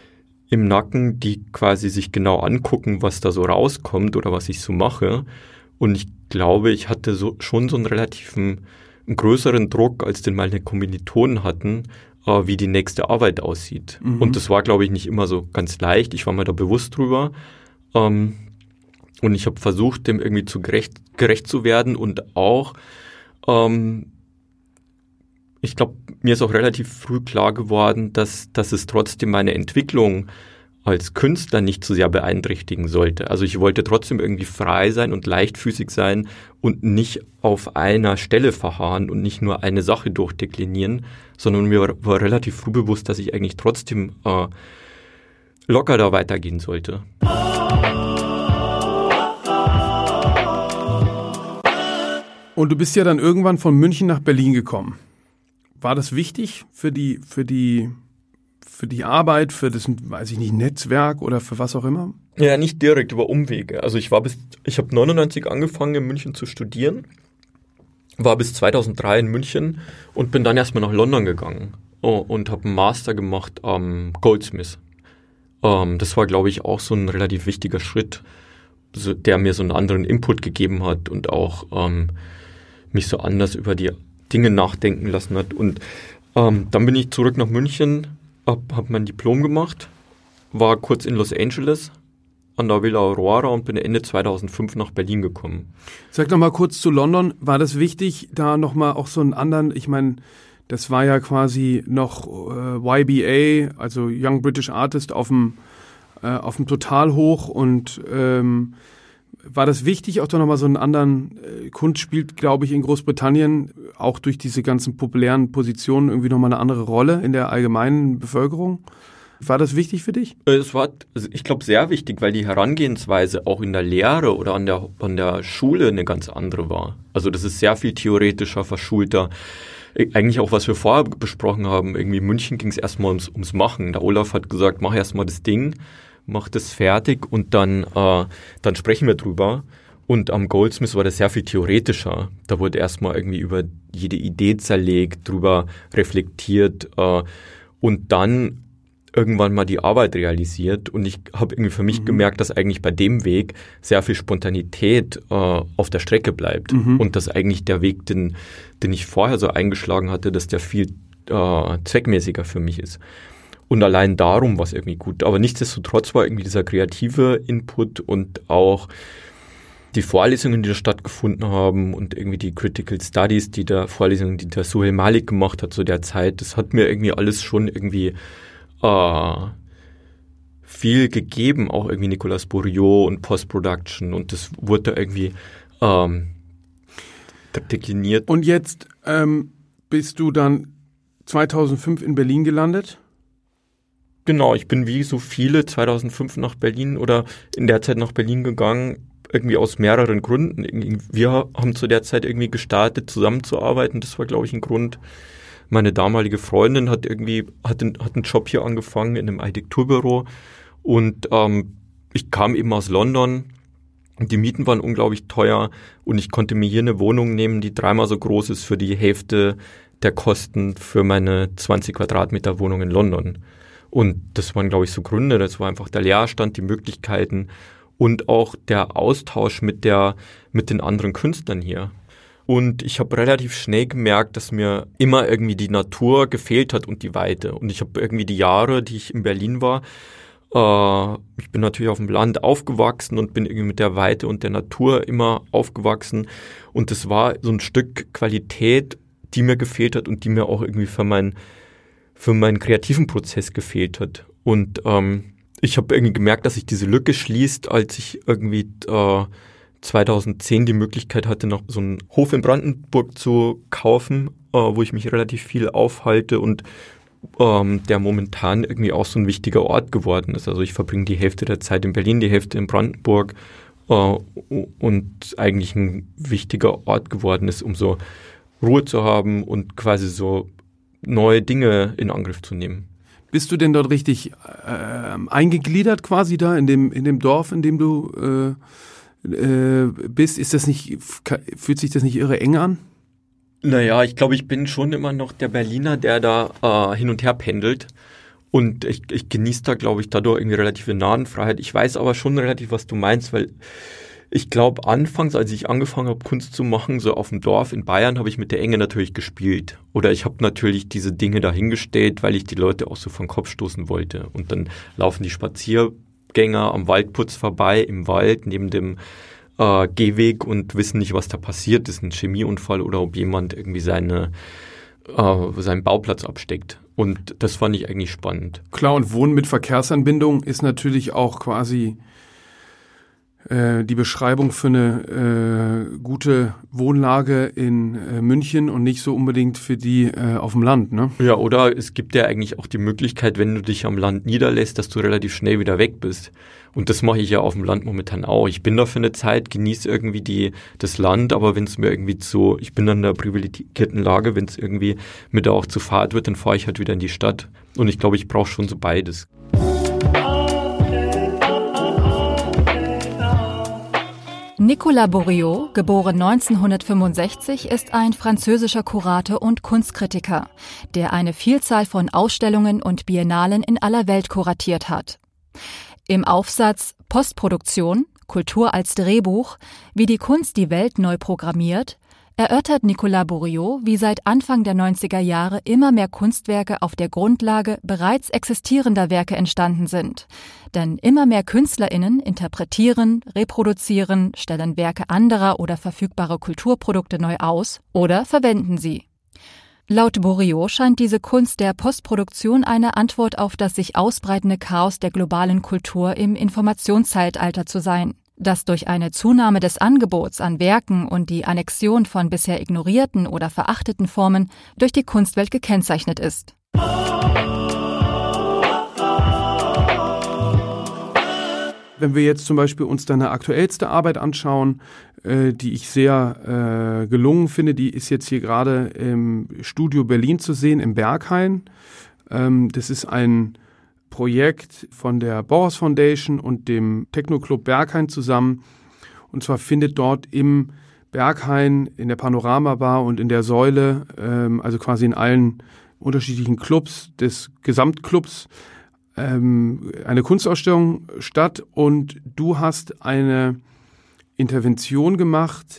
im Nacken, die quasi sich genau angucken, was da so rauskommt oder was ich so mache. Und ich glaube, ich hatte so schon so einen relativen, einen größeren Druck, als den meine Kommilitonen hatten, äh, wie die nächste Arbeit aussieht. Mhm. Und das war, glaube ich, nicht immer so ganz leicht. Ich war mir da bewusst drüber. Ähm, und ich habe versucht, dem irgendwie zu gerecht, gerecht zu werden und auch, ähm, ich glaube, mir ist auch relativ früh klar geworden, dass, dass es trotzdem meine Entwicklung als Künstler nicht so sehr beeinträchtigen sollte. Also ich wollte trotzdem irgendwie frei sein und leichtfüßig sein und nicht auf einer Stelle verharren und nicht nur eine Sache durchdeklinieren, sondern mir war, war relativ früh bewusst, dass ich eigentlich trotzdem äh, locker da weitergehen sollte. Und du bist ja dann irgendwann von München nach Berlin gekommen. War das wichtig für die, für die, für die Arbeit, für das, weiß ich nicht, Netzwerk oder für was auch immer? Ja, nicht direkt, über Umwege. Also ich war bis, ich habe neunundneunzig angefangen in München zu studieren, war bis zweitausenddrei in München und bin dann erstmal nach London gegangen oh, und habe einen Master gemacht am Goldsmith. Ähm, das war, glaube ich, auch so ein relativ wichtiger Schritt, so, der mir so einen anderen Input gegeben hat und auch ähm, mich so anders über die Dinge nachdenken lassen hat. Und ähm, dann bin ich zurück nach München, habe hab mein Diplom gemacht, war kurz in Los Angeles an der Villa Aurora und bin Ende zweitausendfünf nach Berlin gekommen. Sag noch mal kurz zu London. War das wichtig, da noch mal auch so einen anderen, ich meine, das war ja quasi noch äh, Y B A, also Young British Artist auf dem äh, auf dem Totalhoch und ähm, war das wichtig, auch da nochmal so einen anderen, äh, Kunst spielt, glaube ich, in Großbritannien auch durch diese ganzen populären Positionen irgendwie nochmal eine andere Rolle in der allgemeinen Bevölkerung? War das wichtig für dich? Es war, ich glaube, sehr wichtig, weil die Herangehensweise auch in der Lehre oder an der, an der Schule eine ganz andere war. Also das ist sehr viel theoretischer, verschulter. Eigentlich auch, was wir vorher besprochen haben, irgendwie in München ging es erstmal ums, ums Machen. Der Olaf hat gesagt, mach erstmal das Ding, mach das fertig und dann, äh, dann sprechen wir drüber. Und am Goldsmiths war das sehr viel theoretischer. Da wurde erstmal irgendwie über jede Idee zerlegt, drüber reflektiert äh, und dann irgendwann mal die Arbeit realisiert. Und ich habe irgendwie für mich mhm. gemerkt, dass eigentlich bei dem Weg sehr viel Spontanität äh, auf der Strecke bleibt. Mhm. Und dass eigentlich der Weg, den, den ich vorher so eingeschlagen hatte, dass der viel äh, zweckmäßiger für mich ist. Und allein darum war es irgendwie gut. Aber nichtsdestotrotz war irgendwie dieser kreative Input und auch die Vorlesungen, die da stattgefunden haben und irgendwie die Critical Studies, die da Vorlesungen, die der Suhail Malik gemacht hat zu der Zeit, das hat mir irgendwie alles schon irgendwie äh, viel gegeben, auch irgendwie Nicolas Bourriot und Post-Production und das wurde da irgendwie ähm, dekliniert. Und jetzt ähm, bist du dann zweitausendfünf in Berlin gelandet? Genau, ich bin wie so viele zweitausendfünf nach Berlin oder in der Zeit nach Berlin gegangen, irgendwie aus mehreren Gründen. Wir haben zu der Zeit irgendwie gestartet, zusammenzuarbeiten. Das war, glaube ich, ein Grund. Meine damalige Freundin hat irgendwie, hat einen, hat einen Job hier angefangen in einem Architekturbüro und ähm, ich kam eben aus London und die Mieten waren unglaublich teuer und ich konnte mir hier eine Wohnung nehmen, die dreimal so groß ist für die Hälfte der Kosten für meine zwanzig Quadratmeter Wohnung in London. Und das waren, glaube ich, so Gründe. Das war einfach der Leerstand, die Möglichkeiten und auch der Austausch mit der, mit den anderen Künstlern hier. Und ich habe relativ schnell gemerkt, dass mir immer irgendwie die Natur gefehlt hat und die Weite. Und ich habe irgendwie die Jahre, die ich in Berlin war, äh, ich bin natürlich auf dem Land aufgewachsen und bin irgendwie mit der Weite und der Natur immer aufgewachsen. Und das war so ein Stück Qualität, die mir gefehlt hat und die mir auch irgendwie für mein für meinen kreativen Prozess gefehlt hat. Und ähm, ich habe irgendwie gemerkt, dass sich diese Lücke schließt, als ich irgendwie äh, zweitausendzehn die Möglichkeit hatte, noch so einen Hof in Brandenburg zu kaufen, äh, wo ich mich relativ viel aufhalte und ähm, der momentan irgendwie auch so ein wichtiger Ort geworden ist. Also ich verbringe die Hälfte der Zeit in Berlin, die Hälfte in Brandenburg äh, und eigentlich ein wichtiger Ort geworden ist, um so Ruhe zu haben und quasi so neue Dinge in Angriff zu nehmen. Bist du denn dort richtig äh, eingegliedert quasi da in dem in dem Dorf, in dem du äh, äh, bist? Ist das nicht, fühlt sich das nicht irre eng an? Naja, ich glaube, ich bin schon immer noch der Berliner, der da äh, hin und her pendelt. Und ich, ich genieße da, glaube ich, dadurch irgendwie relative Nahenfreiheit. Ich weiß aber schon relativ, was du meinst, weil ich glaube, anfangs, als ich angefangen habe, Kunst zu machen, so auf dem Dorf in Bayern, habe ich mit der Enge natürlich gespielt. Oder ich habe natürlich diese Dinge dahingestellt, weil ich die Leute auch so vom Kopf stoßen wollte. Und dann laufen die Spaziergänger am Waldputz vorbei, im Wald, neben dem äh, Gehweg und wissen nicht, was da passiert ist, ein Chemieunfall oder ob jemand irgendwie seine, äh, seinen Bauplatz absteckt. Und das fand ich eigentlich spannend. Klar, und Wohnen mit Verkehrsanbindung ist natürlich auch quasi die Beschreibung für eine äh, gute Wohnlage in äh, München und nicht so unbedingt für die äh, auf dem Land, ne? Ja, oder es gibt ja eigentlich auch die Möglichkeit, wenn du dich am Land niederlässt, dass du relativ schnell wieder weg bist. Und das mache ich ja auf dem Land momentan auch. Ich bin da für eine Zeit, genieße irgendwie die das Land, aber wenn es mir irgendwie zu, ich bin dann in der privilegierten Lage, wenn es irgendwie mit auch zu Fahrt wird, dann fahre ich halt wieder in die Stadt. Und ich glaube, ich brauche schon so beides. Nicolas Bourriot, geboren neunzehnhundertfünfundsechzig, ist ein französischer Kurator und Kunstkritiker, der eine Vielzahl von Ausstellungen und Biennalen in aller Welt kuratiert hat. Im Aufsatz Postproduktion, Kultur als Drehbuch, wie die Kunst die Welt neu programmiert, erörtert Nicolas Bourriaud, wie seit Anfang der neunziger Jahre immer mehr Kunstwerke auf der Grundlage bereits existierender Werke entstanden sind. Denn immer mehr KünstlerInnen interpretieren, reproduzieren, stellen Werke anderer oder verfügbare Kulturprodukte neu aus oder verwenden sie. Laut Bourriaud scheint diese Kunst der Postproduktion eine Antwort auf das sich ausbreitende Chaos der globalen Kultur im Informationszeitalter zu sein, das durch eine Zunahme des Angebots an Werken und die Annexion von bisher ignorierten oder verachteten Formen durch die Kunstwelt gekennzeichnet ist. Wenn wir jetzt zum Beispiel uns deine aktuellste Arbeit anschauen, äh, die ich sehr äh, gelungen finde, die ist jetzt hier gerade im Studio Berlin zu sehen, im Berghain. Ähm, das ist ein Projekt von der Bauhaus Foundation und dem Techno-Club Berghain zusammen. Und zwar findet dort im Berghain, in der Panorama-Bar und in der Säule, ähm, also quasi in allen unterschiedlichen Clubs des Gesamtclubs, ähm, eine Kunstausstellung statt. Und du hast eine Intervention gemacht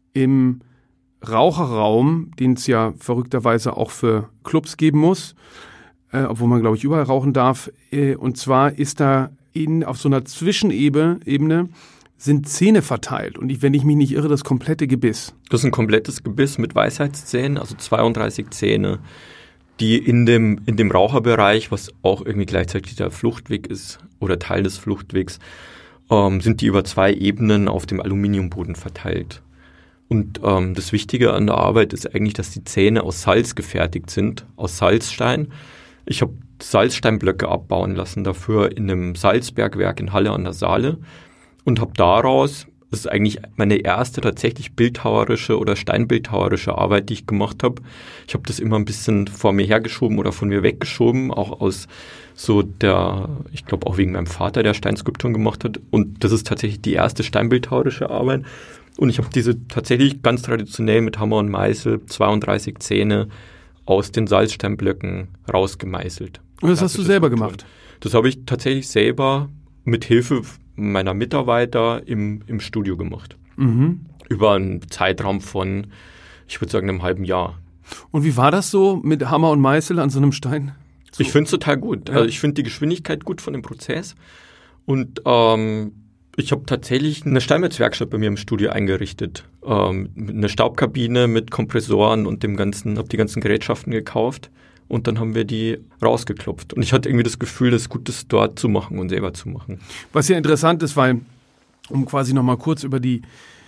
im Raucherraum, den es ja verrückterweise auch für Clubs geben muss. Äh, obwohl man, glaube ich, überall rauchen darf. Äh, und zwar ist da in, auf so einer Zwischenebene Ebene sind Zähne verteilt. Und ich, wenn ich mich nicht irre, das komplette Gebiss. Das ist ein komplettes Gebiss mit Weisheitszähnen, also zweiunddreißig Zähne, die in dem, in dem Raucherbereich, was auch irgendwie gleichzeitig der Fluchtweg ist oder Teil des Fluchtwegs, ähm, sind die über zwei Ebenen auf dem Aluminiumboden verteilt. Und ähm, das Wichtige an der Arbeit ist eigentlich, dass die Zähne aus Salz gefertigt sind, aus Salzstein. Ich habe Salzsteinblöcke abbauen lassen dafür in einem Salzbergwerk in Halle an der Saale und habe daraus, das ist eigentlich meine erste tatsächlich bildhauerische oder steinbildhauerische Arbeit, die ich gemacht habe. Ich habe das immer ein bisschen vor mir hergeschoben oder von mir weggeschoben, auch aus so der, ich glaube auch wegen meinem Vater, der Steinskulpturen gemacht hat. Und das ist tatsächlich die erste steinbildhauerische Arbeit. Und ich habe diese tatsächlich ganz traditionell mit Hammer und Meißel, zweiunddreißig Zähne, aus den Salzsteinblöcken rausgemeißelt. Und das hast du selber gemacht? Das habe ich tatsächlich selber mit Hilfe meiner Mitarbeiter im, im Studio gemacht. Mhm. Über einen Zeitraum von, ich würde sagen, einem halben Jahr. Und wie war das so mit Hammer und Meißel an so einem Stein? So. Ich finde es total gut. Ja. Also ich finde die Geschwindigkeit gut von dem Prozess. Und ähm, ich habe tatsächlich eine Steinmetzwerkstatt bei mir im Studio eingerichtet. Ähm, eine Staubkabine mit Kompressoren und dem ganzen, habe die ganzen Gerätschaften gekauft und dann haben wir die rausgeklopft. Und ich hatte irgendwie das Gefühl, das Gutes dort zu machen und selber zu machen. Was ja interessant ist, weil, um quasi nochmal kurz über die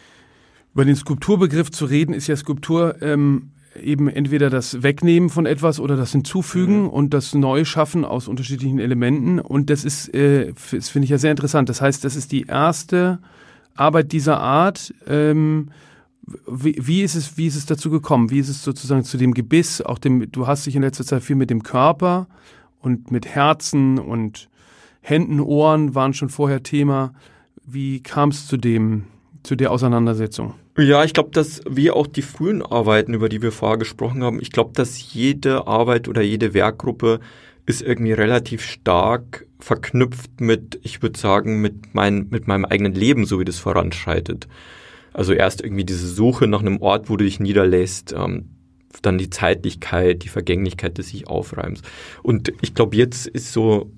über den Skulpturbegriff zu reden, ist ja Skulptur ähm, eben entweder das Wegnehmen von etwas oder das Hinzufügen mhm. und das Neuschaffen aus unterschiedlichen Elementen. Und das ist, äh, das finde ich ja sehr interessant. Das heißt, das ist die erste Arbeit dieser Art. Ähm, wie, wie ist es, wie ist es dazu gekommen? Wie ist es sozusagen zu dem Gebiss? Auch dem, du hast dich in letzter Zeit viel mit dem Körper und mit Herzen und Händen, Ohren waren schon vorher Thema. Wie kam es zu dem, zu der Auseinandersetzung? Ja, ich glaube, dass wie auch die frühen Arbeiten, über die wir vorher gesprochen haben, ich glaube, dass jede Arbeit oder jede Werkgruppe ist irgendwie relativ stark verknüpft mit, ich würde sagen, mit, mein, mit meinem eigenen Leben, so wie das voranschreitet. Also erst irgendwie diese Suche nach einem Ort, wo du dich niederlässt, ähm, dann die Zeitlichkeit, die Vergänglichkeit des sich Aufreibens. Und ich glaube, jetzt ist so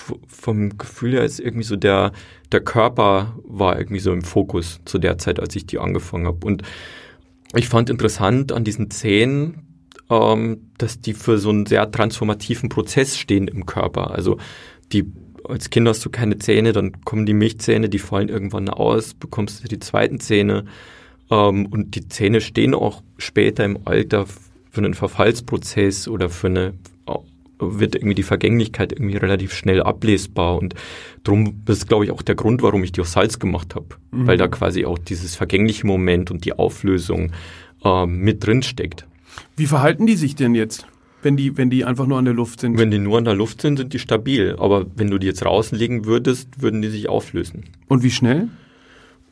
vom Gefühl her ist irgendwie so der, der Körper war irgendwie so im Fokus zu der Zeit, als ich die angefangen habe. Und ich fand interessant an diesen Zähnen, ähm, dass die für so einen sehr transformativen Prozess stehen im Körper. Also die, als Kind hast du keine Zähne, dann kommen die Milchzähne, die fallen irgendwann aus, bekommst du die zweiten Zähne. Ähm, und die Zähne stehen auch später im Alter für einen Verfallsprozess oder für eine wird irgendwie die Vergänglichkeit irgendwie relativ schnell ablesbar und drum ist, glaube ich, auch der Grund, warum ich die aus Salz gemacht habe, mhm. weil da quasi auch dieses vergängliche Moment und die Auflösung äh, mit drin steckt. Wie verhalten die sich denn jetzt, wenn die, wenn die einfach nur an der Luft sind? Wenn die nur an der Luft sind, sind die stabil, aber wenn du die jetzt draußen legen würdest, würden die sich auflösen. Und wie schnell?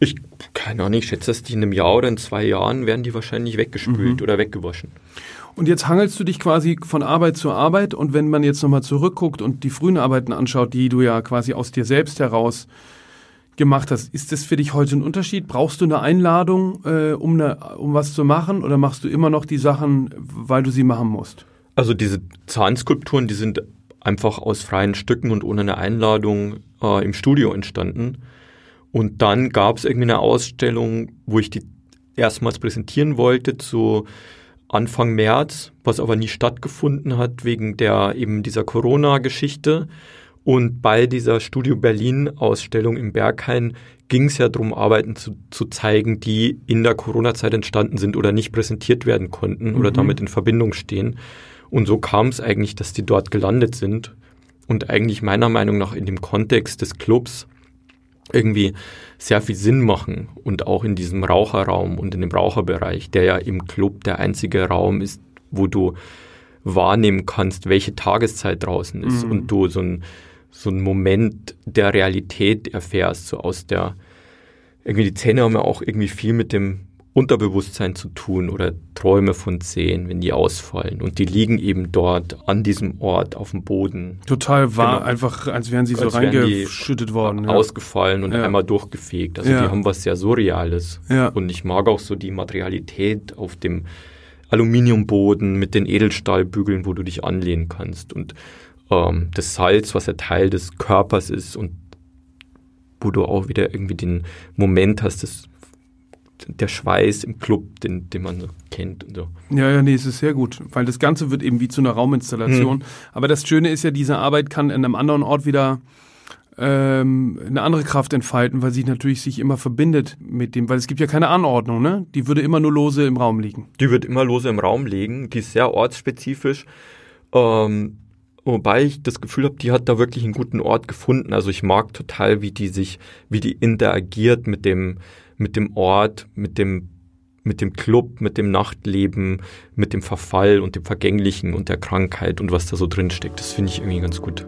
Ich, keine Ahnung, ich schätze, dass die in einem Jahr oder in zwei Jahren werden die wahrscheinlich weggespült mhm. oder weggewaschen. Und jetzt hangelst du dich quasi von Arbeit zu Arbeit und wenn man jetzt nochmal zurückguckt und die frühen Arbeiten anschaut, die du ja quasi aus dir selbst heraus gemacht hast, ist das für dich heute ein Unterschied? Brauchst du eine Einladung, äh, um, eine, um was zu machen oder machst du immer noch die Sachen, weil du sie machen musst? Also diese Zahnskulpturen, die sind einfach aus freien Stücken und ohne eine Einladung äh, im Studio entstanden. Und dann gab es irgendwie eine Ausstellung, wo ich die erstmals präsentieren wollte zu Anfang März, was aber nie stattgefunden hat wegen der eben dieser Corona-Geschichte. Und bei dieser Studio Berlin-Ausstellung im Berghain ging es ja darum, Arbeiten zu, zu zeigen, die in der Corona-Zeit entstanden sind oder nicht präsentiert werden konnten mhm. oder damit in Verbindung stehen. Und so kam es eigentlich, dass die dort gelandet sind und eigentlich meiner Meinung nach in dem Kontext des Clubs irgendwie sehr viel Sinn machen und auch in diesem Raucherraum und in dem Raucherbereich, der ja im Club der einzige Raum ist, wo du wahrnehmen kannst, welche Tageszeit draußen ist mhm. und du so ein so einen Moment der Realität erfährst, so aus der, irgendwie die Zähne haben ja auch irgendwie viel mit dem Unterbewusstsein zu tun oder Träume von Zähnen, wenn die ausfallen und die liegen eben dort an diesem Ort auf dem Boden. Total wahr, genau. Einfach als wären sie so als reingeschüttet worden. Ja. Ausgefallen und ja. einmal durchgefegt. Also ja. die haben was sehr Surreales. Ja. Und ich mag auch so die Materialität auf dem Aluminiumboden mit den Edelstahlbügeln, wo du dich anlehnen kannst und ähm, das Salz, was ja Teil des Körpers ist und wo du auch wieder irgendwie den Moment hast, das der Schweiß im Club, den, den man so kennt und so. Ja, ja, nee, es ist sehr gut, weil das Ganze wird eben wie zu einer Rauminstallation. Hm. Aber das Schöne ist ja, diese Arbeit kann in einem anderen Ort wieder ähm, eine andere Kraft entfalten, weil sie natürlich sich immer verbindet mit dem, weil es gibt ja keine Anordnung, ne? Die würde immer nur lose im Raum liegen. Die wird immer lose im Raum liegen, die ist sehr ortsspezifisch, ähm, wobei ich das Gefühl habe, die hat da wirklich einen guten Ort gefunden. Also ich mag total, wie die sich, wie die interagiert mit dem mit dem Ort, mit dem, mit dem Club, mit dem Nachtleben, mit dem Verfall und dem Vergänglichen und der Krankheit und was da so drin steckt. Das finde ich irgendwie ganz gut.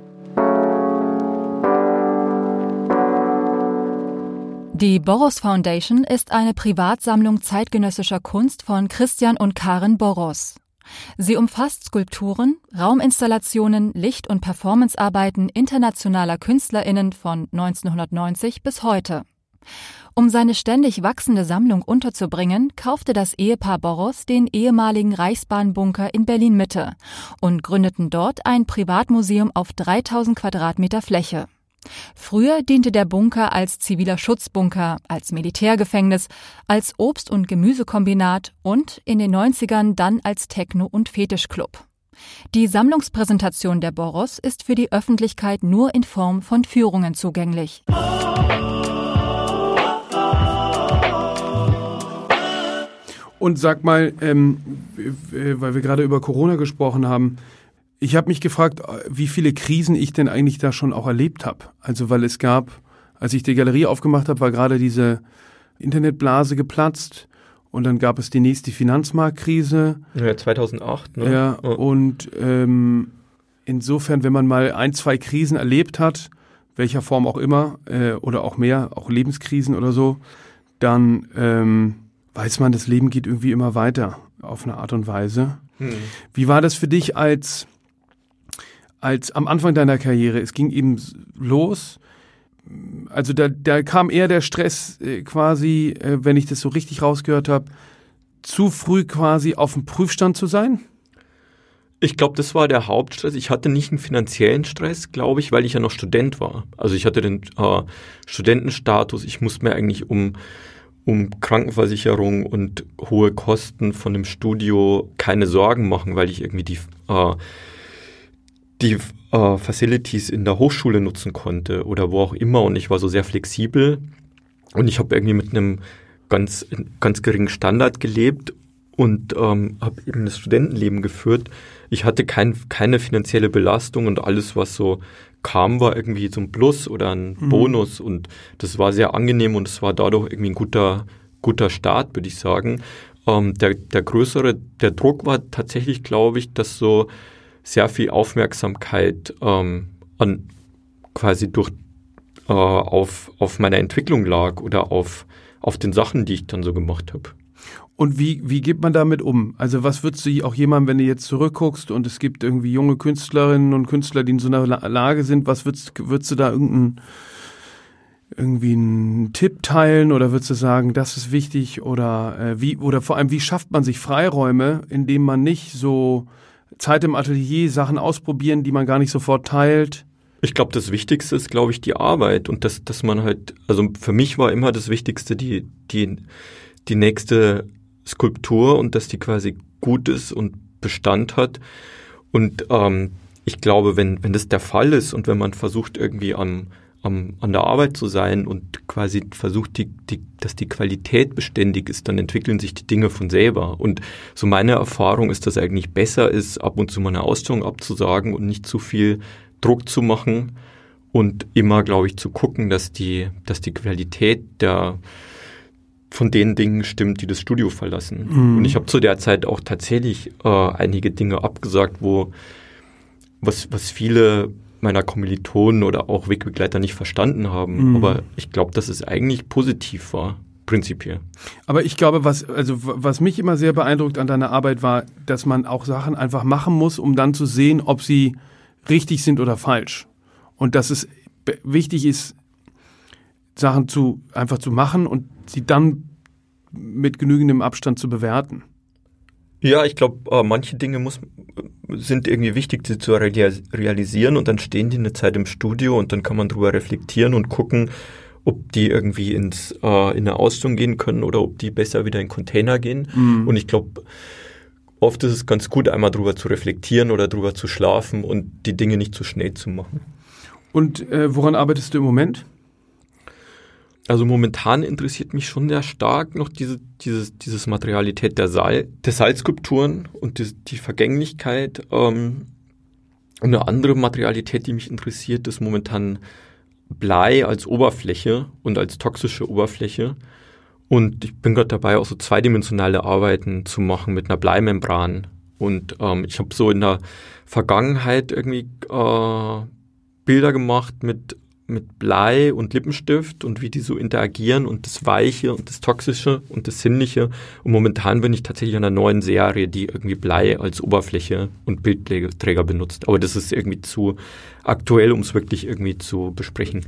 Die Boros Foundation ist eine Privatsammlung zeitgenössischer Kunst von Christian und Karin Boros. Sie umfasst Skulpturen, Rauminstallationen, Licht- und Performancearbeiten internationaler KünstlerInnen von neunzehnhundertneunzig bis heute. Um seine ständig wachsende Sammlung unterzubringen, kaufte das Ehepaar Boros den ehemaligen Reichsbahnbunker in Berlin-Mitte und gründeten dort ein Privatmuseum auf dreitausend Quadratmeter Fläche. Früher diente der Bunker als ziviler Schutzbunker, als Militärgefängnis, als Obst- und Gemüsekombinat und in den neunzigern dann als Techno- und Fetischclub. Die Sammlungspräsentation der Boros ist für die Öffentlichkeit nur in Form von Führungen zugänglich. Und sag mal, ähm, weil wir gerade über Corona gesprochen haben, ich habe mich gefragt, wie viele Krisen ich denn eigentlich da schon auch erlebt habe. Also weil es gab, als ich die Galerie aufgemacht habe, war gerade diese Internetblase geplatzt und dann gab es die nächste Finanzmarktkrise. Ja, zweitausendacht. Ne? Ja, oh. und ähm, insofern, wenn man mal ein, zwei Krisen erlebt hat, welcher Form auch immer, äh, oder auch mehr, auch Lebenskrisen oder so, dann ähm, weiß man, das Leben geht irgendwie immer weiter auf eine Art und Weise. Hm. Wie war das für dich als, als am Anfang deiner Karriere? Es ging eben los. Also da, da kam eher der Stress äh, quasi, äh, wenn ich das so richtig rausgehört habe, zu früh quasi auf dem Prüfstand zu sein? Ich glaube, das war der Hauptstress. Ich hatte nicht einen finanziellen Stress, glaube ich, weil ich ja noch Student war. Also ich hatte den äh, Studentenstatus. Ich musste mir eigentlich um um Krankenversicherung und hohe Kosten von dem Studio keine Sorgen machen, weil ich irgendwie die, äh, die äh, Facilities in der Hochschule nutzen konnte oder wo auch immer und ich war so sehr flexibel und ich habe irgendwie mit einem ganz, ganz geringen Standard gelebt und ähm, habe eben das Studentenleben geführt. Ich hatte kein, keine finanzielle Belastung und alles, was so kam, war irgendwie so ein Plus oder ein mhm. Bonus und das war sehr angenehm und es war dadurch irgendwie ein guter, guter Start, würde ich sagen. Ähm, der, der größere, der Druck war tatsächlich, glaube ich, dass so sehr viel Aufmerksamkeit ähm, an quasi durch äh, auf, auf meiner Entwicklung lag oder auf, auf den Sachen, die ich dann so gemacht habe. Und wie, wie geht man damit um? Also was würdest du auch jemandem, wenn du jetzt zurückguckst und es gibt irgendwie junge Künstlerinnen und Künstler, die in so einer Lage sind, was würdest, würdest du da irgendeinen irgendwie einen Tipp teilen oder würdest du sagen, das ist wichtig oder äh, wie oder vor allem, wie schafft man sich Freiräume, indem man nicht so Zeit im Atelier, Sachen ausprobieren, die man gar nicht sofort teilt? Ich glaube, das Wichtigste ist, glaube ich, die Arbeit und das, dass man halt, also für mich war immer das Wichtigste die, die, die nächste Skulptur und dass die quasi gut ist und Bestand hat und ähm, ich glaube, wenn, wenn das der Fall ist und wenn man versucht irgendwie am Am, an der Arbeit zu sein und quasi versucht, die, die, dass die Qualität beständig ist, dann entwickeln sich die Dinge von selber. Und so meine Erfahrung ist, dass es eigentlich besser ist, ab und zu mal eine Ausstellung abzusagen und nicht zu viel Druck zu machen und immer, glaube ich, zu gucken, dass die, dass die Qualität der von den Dingen stimmt, die das Studio verlassen. Mhm. Und ich habe zu der Zeit auch tatsächlich äh, einige Dinge abgesagt, wo was, was viele meiner Kommilitonen oder auch Wegbegleiter nicht verstanden haben. Mhm. Aber ich glaube, dass es eigentlich positiv war, prinzipiell. Aber ich glaube, was, also, was mich immer sehr beeindruckt an deiner Arbeit war, dass man auch Sachen einfach machen muss, um dann zu sehen, ob sie richtig sind oder falsch. Und dass es be- wichtig ist, Sachen zu, einfach zu machen und sie dann mit genügendem Abstand zu bewerten. Ja, ich glaube, äh, manche Dinge muss, sind irgendwie wichtig, sie zu realis- realisieren und dann stehen die eine Zeit im Studio und dann kann man drüber reflektieren und gucken, ob die irgendwie ins äh, in eine Ausstellung gehen können oder ob die besser wieder in Container gehen. Mhm. Und ich glaube, oft ist es ganz gut, einmal drüber zu reflektieren oder drüber zu schlafen und die Dinge nicht zu schnell zu machen. Und äh, woran arbeitest du im Moment? Also momentan interessiert mich schon sehr stark noch diese dieses dieses Materialität der Saal, der Salzskulpturen und die, die Vergänglichkeit. Ähm, und eine andere Materialität, die mich interessiert, ist momentan Blei als Oberfläche und als toxische Oberfläche. Und ich bin gerade dabei, auch so zweidimensionale Arbeiten zu machen mit einer Bleimembran. Und ähm, ich habe so in der Vergangenheit irgendwie äh, Bilder gemacht mit mit Blei und Lippenstift und wie die so interagieren und das Weiche und das Toxische und das Sinnliche. Und momentan bin ich tatsächlich an einer neuen Serie, die irgendwie Blei als Oberfläche und Bildträger benutzt. Aber das ist irgendwie zu aktuell, um es wirklich irgendwie zu besprechen.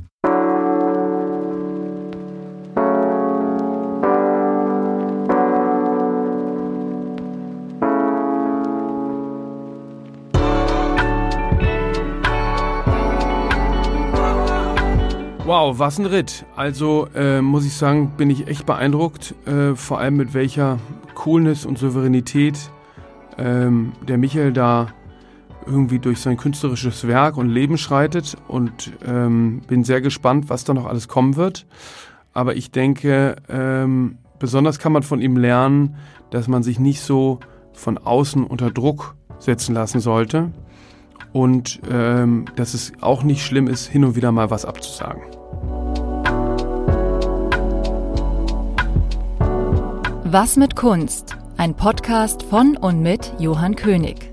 Wow, was ein Ritt. Also äh, muss ich sagen, bin ich echt beeindruckt, äh, vor allem mit welcher Coolness und Souveränität ähm, der Michael da irgendwie durch sein künstlerisches Werk und Leben schreitet und ähm, bin sehr gespannt, was da noch alles kommen wird. Aber ich denke, ähm, besonders kann man von ihm lernen, dass man sich nicht so von außen unter Druck setzen lassen sollte und ähm, dass es auch nicht schlimm ist, hin und wieder mal was abzusagen. Was mit Kunst? Ein Podcast von und mit Johann König.